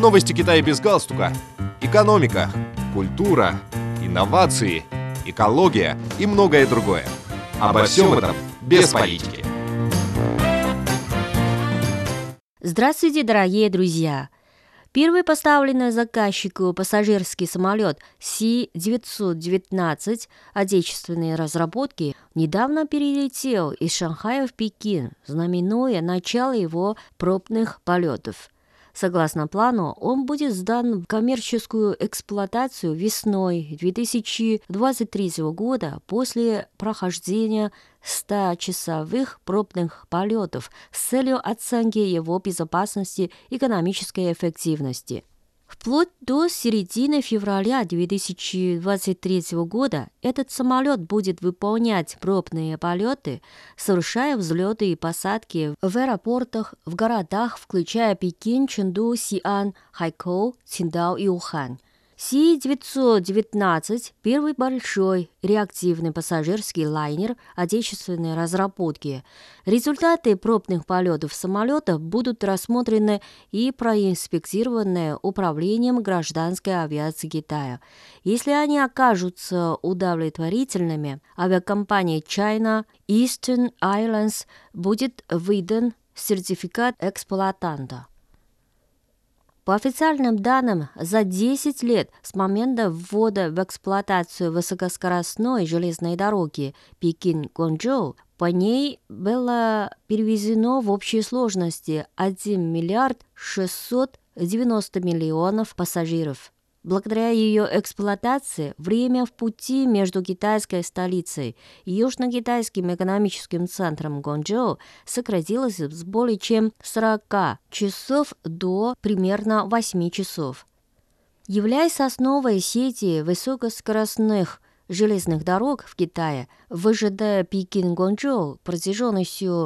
Новости Китая без галстука. Экономика, культура, инновации, экология и многое другое. Обо всем этом без политики. Здравствуйте, дорогие друзья! Первый поставленный заказчику пассажирский самолет Си-919 отечественной разработки недавно перелетел из Шанхая в Пекин, знаменуя начало его пробных полетов. Согласно плану, он будет сдан в коммерческую эксплуатацию весной 2023 года после прохождения 100-часовых пробных полетов с целью оценки его безопасности и экономической эффективности. Вплоть до середины февраля 2023 года этот самолет будет выполнять пробные полеты, совершая взлеты и посадки в аэропортах, в городах, включая Пекин, Чэнду, Сиань, Хайкоу, Циндао и Ухань. Си-919 – первый большой реактивный пассажирский лайнер отечественной разработки. Результаты пробных полетов самолета будут рассмотрены и проинспектированы Управлением гражданской авиации Китая. Если они окажутся удовлетворительными, авиакомпания China Eastern Airlines будет выдан сертификат эксплуатанта. По официальным данным, за 10 лет с момента ввода в эксплуатацию высокоскоростной железной дороги Пекин-Гуанчжоу по ней было перевезено в общей сложности 1 миллиард 690 миллионов пассажиров. Благодаря ее эксплуатации время в пути между китайской столицей и южно-китайским экономическим центром Гуанчжоу сократилось с более чем 40 часов до примерно 8 часов. Являясь основой сети высокоскоростных железных дорог в Китае, ВЖД Пекин-Гуанчжоу протяженностью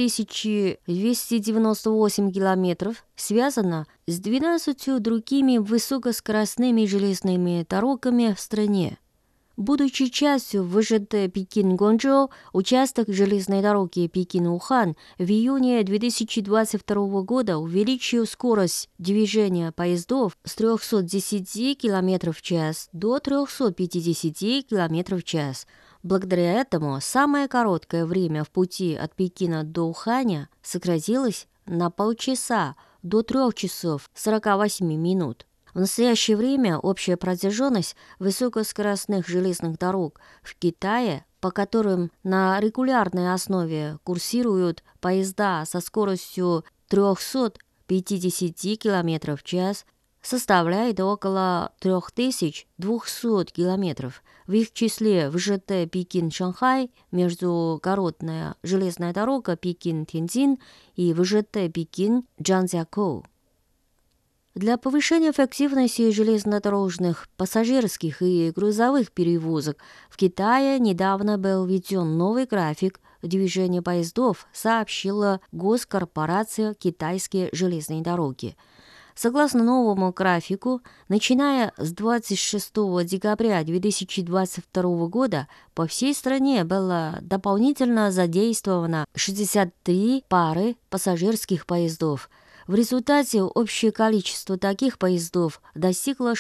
2298 километров связана с 12 другими высокоскоростными железными дорогами в стране. Будучи частью ВЖД Пекин-Гуанчжоу, участок железной дороги Пекин-Ухань в июне 2022 года увеличил скорость движения поездов с 310 км в час до 350 км в час. Благодаря этому самое короткое время в пути от Пекина до Уханя сократилось на полчаса до 3 часов 48 минут. В настоящее время общая протяженность высокоскоростных железных дорог в Китае, по которым на регулярной основе курсируют поезда со скоростью 350 км в час, составляет около 3200 км. В их числе ВЖТ Пекин-Шанхай, междугородная железная дорога Пекин-Тяньцзин и ВЖТ Пекин-Чжанцзякоу. Для повышения эффективности железнодорожных, пассажирских и грузовых перевозок в Китае недавно был введен новый график движения поездов, сообщила госкорпорация «Китайские железные дороги». Согласно новому графику, начиная с 26 декабря 2022 года по всей стране было дополнительно задействовано 63 пары пассажирских поездов. В результате общее количество таких поездов достигло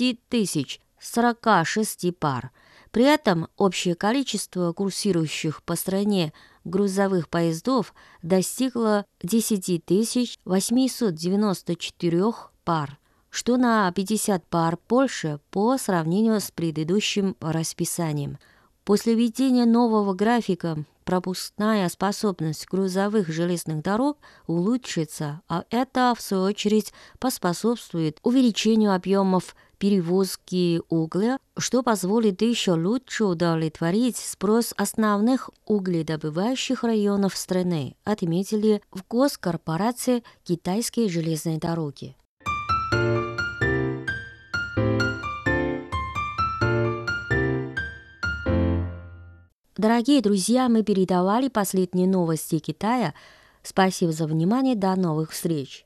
6046 пар. При этом общее количество курсирующих по стране грузовых поездов достигло 10894 пар, что на 50 пар больше по сравнению с предыдущим расписанием. После введения нового графика пропускная способность грузовых железных дорог улучшится, а это, в свою очередь, поспособствует увеличению объемов перевозки угля, что позволит еще лучше удовлетворить спрос основных угледобывающих районов страны, отметили в госкорпорации «Китайские железные дороги». Дорогие друзья, мы передавали последние новости Китая. Спасибо за внимание. До новых встреч!